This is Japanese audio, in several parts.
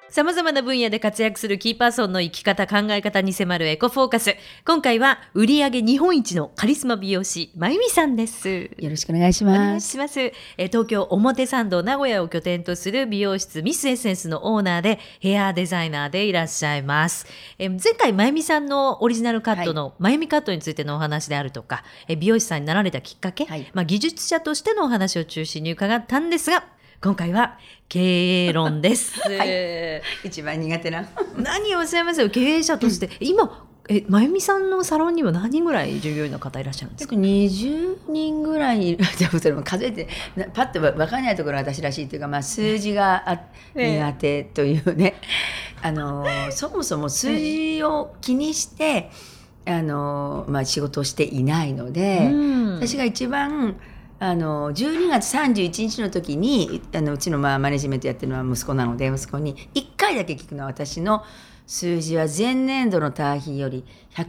さまざまな分野で活躍するキーパーソンの生き方考え方に迫るエコフォーカス。今回は売上日本一のカリスマ美容師まゆみさんです。 よろしくお願いします。 お願いします。東京表参道名古屋を拠点とする美容室ミスエッセンスのオーナーでヘアデザイナーでいらっしゃいます。前回まゆみさんのオリジナルカットのまゆみカットについてのお話であるとか、美容師さんになられたきっかけ、技術者としてのお話を中心に伺ったんですが、今回は経営論です、 一番苦手な何をおっしゃいますよ、経営者として、今まゆみさんのサロンには何人ぐらい従業員の方いらっしゃるんですか？ 20人ぐらいいる。それも数えてパッと分からないところが私らしいというか、数字が苦手というね、そもそも数字を気にして仕事をしていないので、私が一番12月31日の時にうちのマネジメントやってるのは息子なので、息子に1回だけ聞くのは、私の数字は前年度の対比より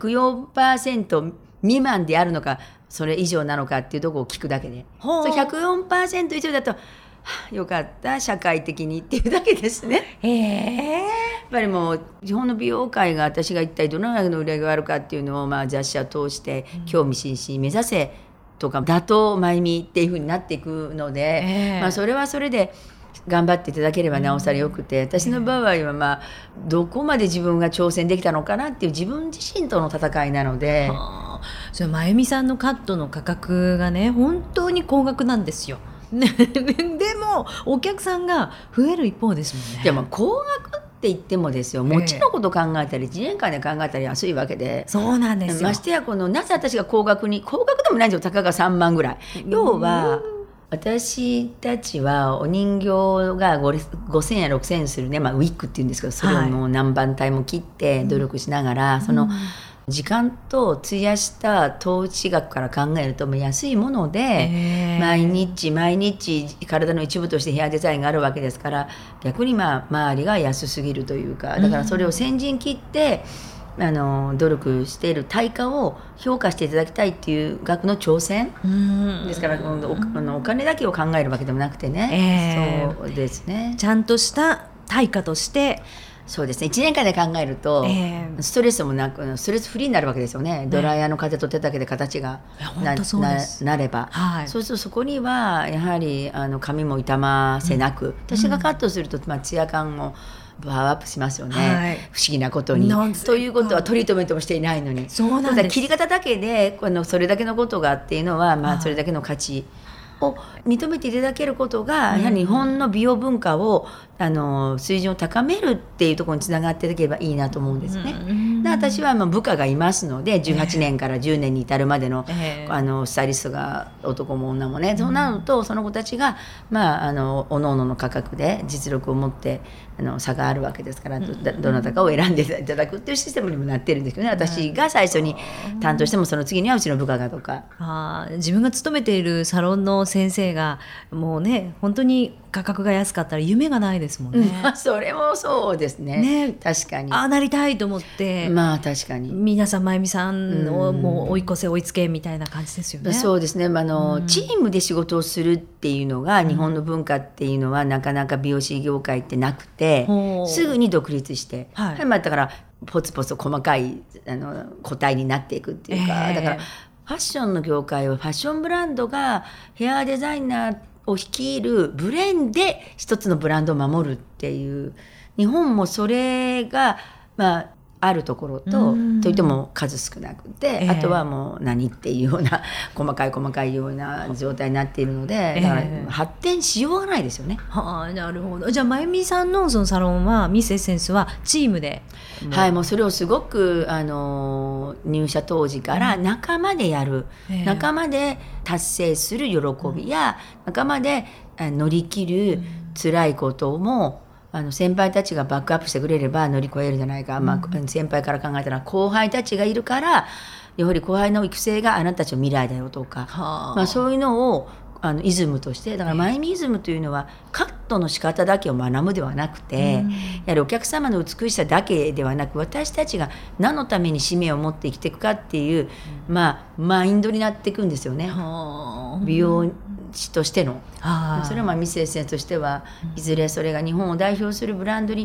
104% 未満であるのかそれ以上なのかっていうところを聞くだけで、それ 104% 以上だと、よかった社会的にっていうだけですね。やっぱりもう日本の美容界が私が一体どのぐらいの売り上げがあるかっていうのを、雑誌を通して興味津々目指せとか打倒まゆみっていう風になっていくので、それはそれで頑張っていただければなおさらよくて、私の場合はどこまで自分が挑戦できたのかなっていう自分自身との戦いなので、 それまゆみさんのカットの価格がね本当に高額なんですよでもお客さんが増える一方ですもんね。 でも高額って言ってもですよ、持ちのこと考えたり1年間で考えたり安いわけで、 そうなんですよ。 ましてやなぜ私が高額でもないんですよ。たかが3万ぐらい。要は私たちはお人形が5,000円や6,000円するね、ウィッグっていうんですけど、それをもう何番体も切って努力しながら、その時間と費やした投資額から考えると安いもので、毎日体の一部としてヘアデザインがあるわけですから、逆に周りが安すぎるというか、だからそれを先陣切って努力している対価を評価していただきたいっていう額の挑戦ですから、お金だけを考えるわけでもなくてね、そうですね、 ちゃんとした対価として、 そうですね、1年間で考えると、ストレスもなくストレスフリーになるわけですよね。ドライヤーの風と手だけで形が なれば、そうするとそこにはやはり髪も傷ませなく、私がカットするとツヤ感もパワーアップしますよね、不思議なことに。ということはトリートメントもしていないのに、 そうなんです。 切り方だけでそれだけのことがっていうのは、それだけの価値を認めていただけることが、やはり日本の美容文化を水準を高めるっていうところにつながっていければいいなと思うんですね。で、私は部下がいますので、18年から10年に至るまでの、スタイリストが男も女もね、そうなるとその子たちがおのおのの価格で実力を持って差があるわけですから、どなたかを選んでいただくっていうシステムにもなってるんですけどね。私が最初に担当しても、その次にはうちの部下がとか、 自分が勤めているサロンの先生がもうね本当に価格が安かったら夢がないですもんね。 それもそうですね。確かになりたいと思って、 確かに皆さんまゆみさんをもう追い越せ追いつけみたいな感じですよね。 そうですね、チームで仕事をするっていうのが、日本の文化っていうのはなかなか美容師業界ってなくて、すぐに独立して、だからポツポツ細かい個体になっていくっていうか、だからファッションの業界はファッションブランドがヘアデザイナーを率いるブレーンで一つのブランドを守るっていう、日本もそれがあるところといっても数少なくて、あとはもう何っていうような細かいような状態になっているので、だから発展しようがないですよね。 なるほど。じゃあまゆみさんのそのサロンはミスエッセンスはチームで、 もうそれをすごく入社当時から仲間でやる、仲間で達成する喜びや、仲間で乗り切る辛いことも先輩たちがバックアップしてくれれば乗り越えるじゃないか、先輩から考えたら後輩たちがいるから、やはり後輩の育成があなたたちの未来だよとか、そういうのをイズムとして、だからマイミイズムというのはカットの仕方だけを学ぶではなくて、やはりお客様の美しさだけではなく、私たちが何のために使命を持って生きていくかっていう、マインドになっていくんですよね、美容師としての。それはミスエッセンスとしてはいずれそれが日本を代表するブランドに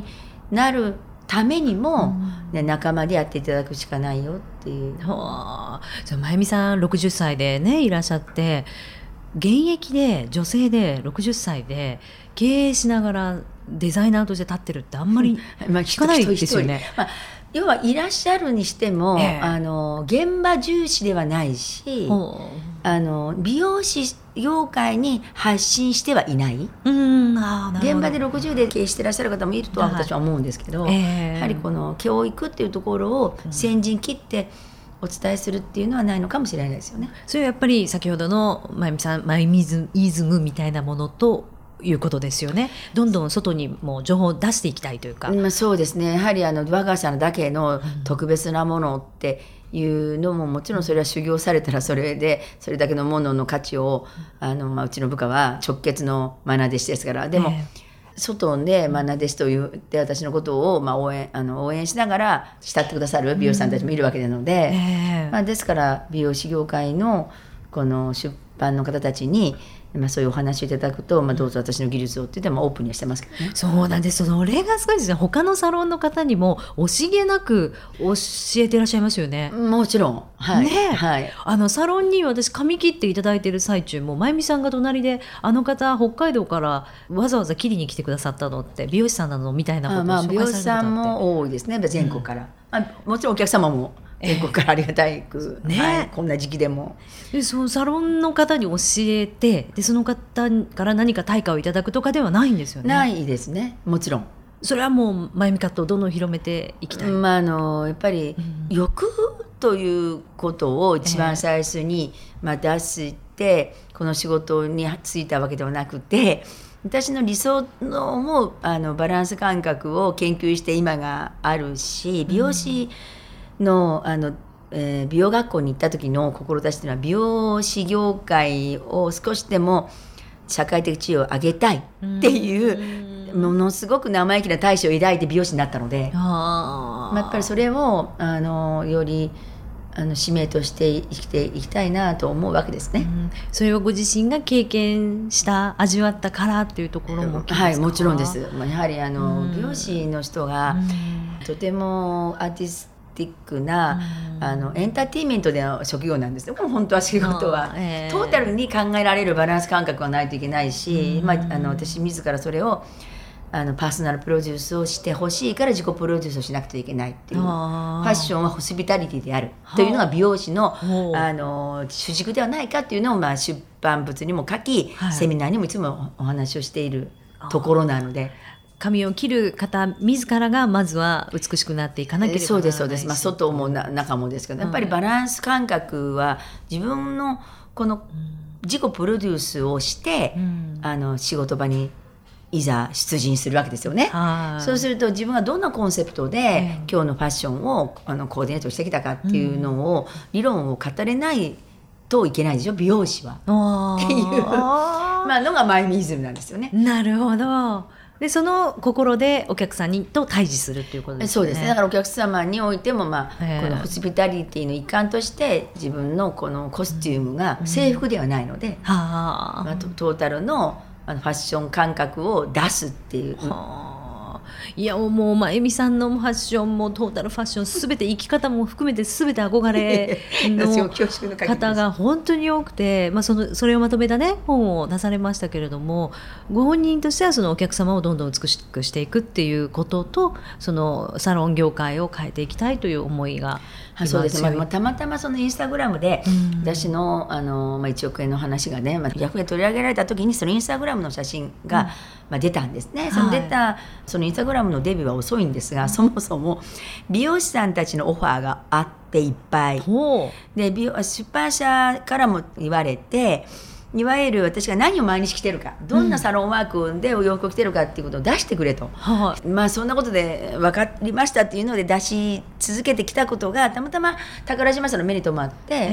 なるためにも、ね、仲間でやっていただくしかないよっていう。 じゃあ真由美さん60歳でねいらっしゃって、現役で女性で60歳で経営しながらデザイナーとして立ってるってあんまり聞かないですよね。 要はいらっしゃるにしても、現場重視ではないし、美容師業界に発信してはいない。現場で60で経営してらっしゃる方もいるとは私は思うんですけど、やはりこの教育っていうところを先陣切ってお伝えするっていうのはないのかもしれないですよね。 それはやっぱり先ほどの真由美さんマイミズムみたいなものということですよね。どんどん外にも情報を出していきたいというか、 そうですね。やはり我が社だけの特別なものっていうのももちろんそれは修行されたらそれでそれだけのものの価値をうちの部下は直結の愛弟子ですから。でも、外で愛弟子と言って私のことを応援しながら慕ってくださる美容師さんたちもいるわけなので、ですから美容師業界のこの出版の方たちにそういうお話をいただくと、どうぞ私の技術をって言ってオープンにはしてますけどね。 そうなんです。それがすごいですね。他のサロンの方にも惜しげなく教えていらっしゃいますよね。 もちろん、 サロンに私髪切っていただいている最中も真由美さんが隣であの方北海道からわざわざ切りに来てくださったのって美容師さんなのみたいなことを紹介される方って、 美容師さんも多いですね、全国から、もちろんお客様も全国からありがたいく、こんな時期でもでそのサロンの方に教えて、でその方から何か対価をいただくとかではないんですよね。 ないですね、もちろん。 それはもう真由美カットをどんどん広めていきたい。 やっぱり欲ということを一番最初に出してこの仕事に就いたわけではなくて、私の理想の思うバランス感覚を研究して今があるし、美容師の美容学校に行った時の志というのは美容師業界を少しでも社会的地位を上げたいっていうものすごく生意気な大志を抱いて美容師になったので、やっぱりそれをより使命として生きていきたいなと思うわけですね。 それをご自身が経験した味わったからっていうところも大きいですか？ はい、もちろんです。やはり美容師の人がとてもアーティスティックなエンターテインメントでの職業なんですね。本当は仕事は、トータルに考えられるバランス感覚はないといけないし、私自らそれをパーソナルプロデュースをしてほしいから自己プロデュースをしなくてはいけないっていう、ファッションはホスピタリティであるというのが美容師の主軸ではないかっていうのを出版物にも書き、セミナーにもいつもお話をしているところなので、 髪を切る方自らがまずは美しくなっていかなければならないし、 そうですそうです、外も中もですけど、やっぱりバランス感覚は自分のこの自己プロデュースをして、仕事場にいざ出陣するわけですよね。そうすると自分がどんなコンセプトで今日のファッションをコーディネートしてきたかっていうのを、理論を語れないといけないでしょ、美容師はっていうのがマイミズムなんですよね。 なるほど。でその心でお客さんと対峙するっていうことですね。 そうですね。だからお客様においても、このホスピタリティの一環として自分のこのコスチュームが制服ではないので、トータルのファッション感覚を出すっていう。 いやもう真由美さんのファッションもトータルファッションすべて生き方も含めてすべて憧れの方が本当に多くて、それをまとめたね本を出されましたけれども、ご本人としてはそのお客様をどんどん美しくしていくっていうことと、そのサロン業界を変えていきたいという思いがそうです。たまたまそのインスタグラムで私の、1億円の話がね、ヤフーで取り上げられた時にそのインスタグラムの写真が、出たんですね。その出たそのインスタグラムのデビューは遅いんですが、そもそも美容師さんたちのオファーがあっていっぱいで、出版社からも言われて、いわゆる私が何を毎日着てるか、どんなサロンワークでお洋服を着てるかっていうことを出してくれと、そんなことで分かりましたっていうので出し続けてきたことがたまたま宝島さんの目に留まって、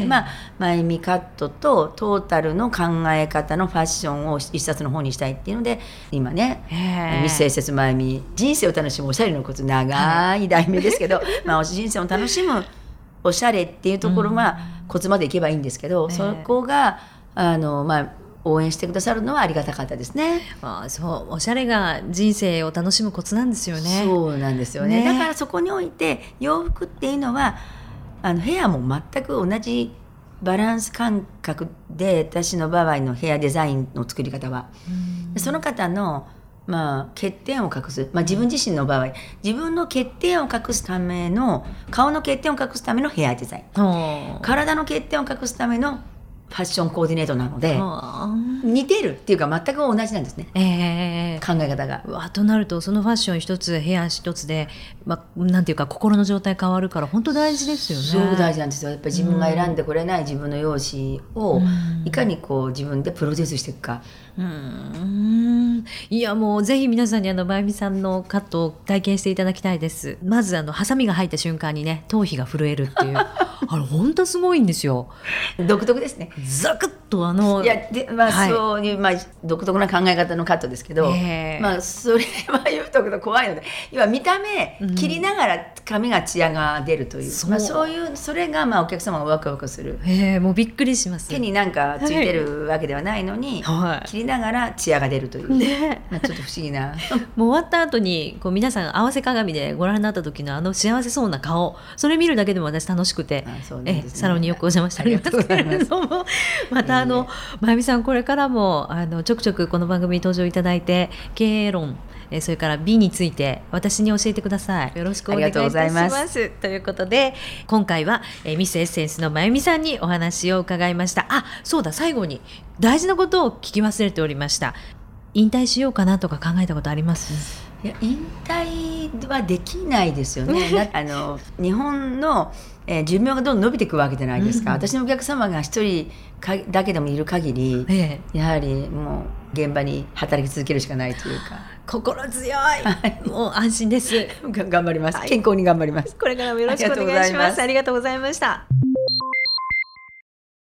マイミカットとトータルの考え方のファッションを一冊の本にしたいっていうので、今ねミス清節マイミ人生を楽しむおしゃれのコツ、長い題名ですけど、人生を楽しむおしゃれっていうところはコツまでいけばいいんですけど、そこが応援してくださるのはありがたかったですね。 そうおしゃれが人生を楽しむコツなんですよね。 そうなんですよね。だからそこにおいて洋服っていうのはヘアも全く同じバランス感覚で、私の場合のヘアデザインの作り方は、その方の欠点を隠す、自分自身の場合自分の欠点を隠すための、顔の欠点を隠すためのヘアデザイン、体の欠点を隠すためのファッションコーディネートなので、似てるっていうか全く同じなんですね、考え方が。 となるとそのファッション一つヘア一つで、なんていうか心の状態変わるから本当大事ですよね。 そう大事なんですよ。やっぱり自分が選んでこれない自分の容姿をいかにこう自分でプロデュースしていくか。 いやもうぜひ皆さんに真由美さんのカットを体験していただきたいです。まずハサミが入った瞬間にね、頭皮が震えるっていうあれ本当すごいんですよ。 独特ですね。 ザクッといやで、そういう、独特な考え方のカットですけど、それは言うとくと怖いので、今見た目切りながら髪がツヤが出るという、そういうそれがお客様がワクワクする。 もうびっくりします。 手になんかついてるわけではないのに、切りながらツヤが出るという、ちょっと不思議なもう終わった後にこう皆さん合わせ鏡でご覧になった時の幸せそうな顔、それ見るだけでも私楽しくて、サロンによくお邪魔しておりますけれども、また真由美さんこれからもちょくちょくこの番組に登場いただいて、経営論それから美について私に教えてください。よろしくお願いいたします。ということで今回はミスエッセンスの真由美さんにお話を伺いました。そうだ、最後に大事なことを聞き忘れておりました。引退しようかなとか考えたことあります？ いや、引退はできないですよね日本の、寿命がどんどん伸びていくわけじゃないですか、私のお客様が一人だけでもいる限り、やはりもう現場に働き続けるしかないというか。 心強い、もう安心です頑張ります、健康に頑張ります。 これからもよろしくお願いします。ありがとうございました。